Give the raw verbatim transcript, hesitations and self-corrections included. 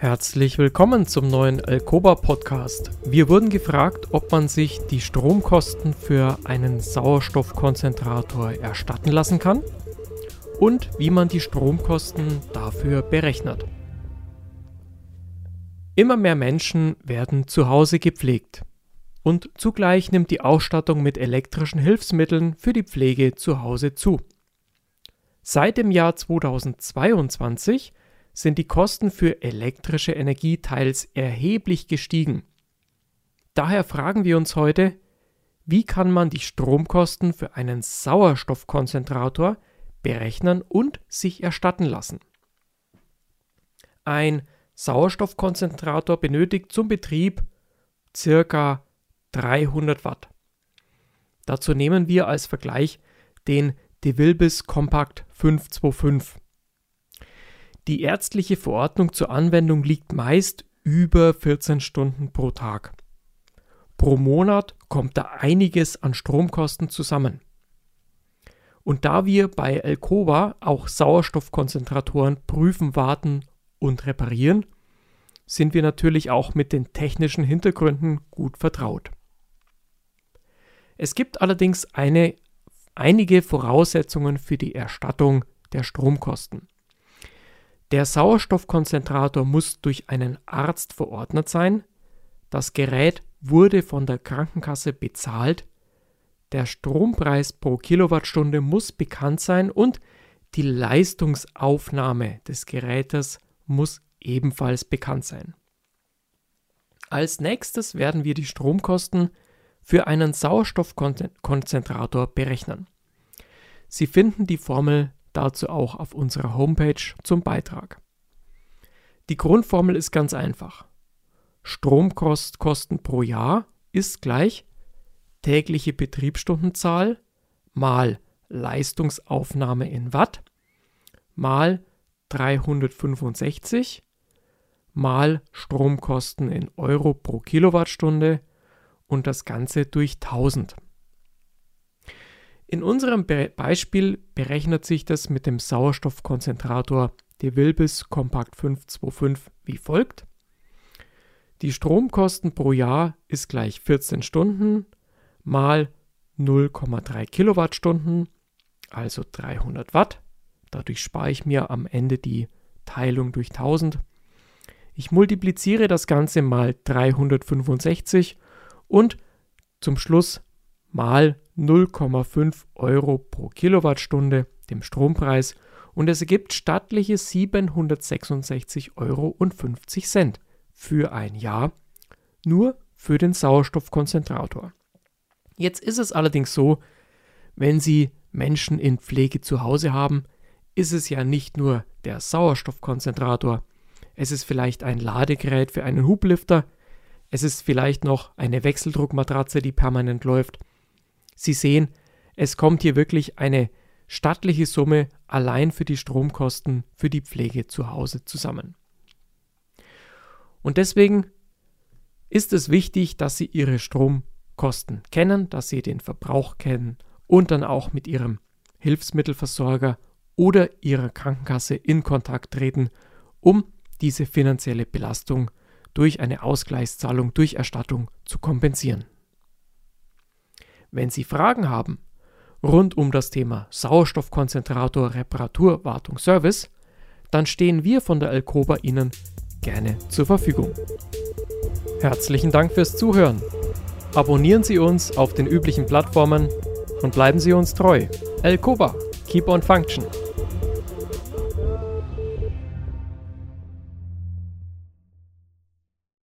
Herzlich willkommen zum neuen Alcoba Podcast. Wir wurden gefragt, ob man sich die Stromkosten für einen Sauerstoffkonzentrator erstatten lassen kann und wie man die Stromkosten dafür berechnet. Immer mehr Menschen werden zu Hause gepflegt und zugleich nimmt die Ausstattung mit elektrischen Hilfsmitteln für die Pflege zu Hause zu. Seit dem Jahr zweitausendzweiundzwanzig sind die Kosten für elektrische Energie teils erheblich gestiegen. Daher fragen wir uns heute, wie kann man die Stromkosten für einen Sauerstoffkonzentrator berechnen und sich erstatten lassen? Ein Sauerstoffkonzentrator benötigt zum Betrieb ca. dreihundert Watt. Dazu nehmen wir als Vergleich den DeWilbis Compact fünf zwei fünf. Die ärztliche Verordnung zur Anwendung liegt meist über vierzehn Stunden pro Tag. Pro Monat kommt da einiges an Stromkosten zusammen. Und da wir bei Alcoba auch Sauerstoffkonzentratoren prüfen, warten und reparieren, sind wir natürlich auch mit den technischen Hintergründen gut vertraut. Es gibt allerdings eine, einige Voraussetzungen für die Erstattung der Stromkosten. Der Sauerstoffkonzentrator muss durch einen Arzt verordnet sein, das Gerät wurde von der Krankenkasse bezahlt, der Strompreis pro Kilowattstunde muss bekannt sein und die Leistungsaufnahme des Gerätes muss ebenfalls bekannt sein. Als nächstes werden wir die Stromkosten für einen Sauerstoffkonzentrator berechnen. Sie finden die Formel dazu auch auf unserer Homepage zum Beitrag. Die Grundformel ist ganz einfach. Stromkosten pro Jahr ist gleich tägliche Betriebsstundenzahl mal Leistungsaufnahme in Watt mal dreihundertfünfundsechzig mal Stromkosten in Euro pro Kilowattstunde und das Ganze durch tausend. In unserem Be- Beispiel berechnet sich das mit dem Sauerstoffkonzentrator DeWilbis Compact fünf zwei fünf wie folgt. Die Stromkosten pro Jahr ist gleich vierzehn Stunden mal null Komma drei Kilowattstunden, also dreihundert Watt. Dadurch spare ich mir am Ende die Teilung durch tausend. Ich multipliziere das Ganze mal dreihundertfünfundsechzig und zum Schluss mal null Komma fünf Euro pro Kilowattstunde, dem Strompreis, und es ergibt stattliche siebenhundertsechsundsechzig Euro fünfzig für ein Jahr, nur für den Sauerstoffkonzentrator. Jetzt ist es allerdings so, wenn Sie Menschen in Pflege zu Hause haben, ist es ja nicht nur der Sauerstoffkonzentrator, es ist vielleicht ein Ladegerät für einen Hublifter, es ist vielleicht noch eine Wechseldruckmatratze, die permanent läuft. Sie sehen, es kommt hier wirklich eine stattliche Summe allein für die Stromkosten für die Pflege zu Hause zusammen. Und deswegen ist es wichtig, dass Sie Ihre Stromkosten kennen, dass Sie den Verbrauch kennen und dann auch mit Ihrem Hilfsmittelversorger oder Ihrer Krankenkasse in Kontakt treten, um diese finanzielle Belastung durch eine Ausgleichszahlung, durch Erstattung zu kompensieren. Wenn Sie Fragen haben rund um das Thema Sauerstoffkonzentrator, Reparatur, Wartung, Service, dann stehen wir von der Alcoba Ihnen gerne zur Verfügung. Herzlichen Dank fürs Zuhören. Abonnieren Sie uns auf den üblichen Plattformen und bleiben Sie uns treu. Alcoba, keep on function.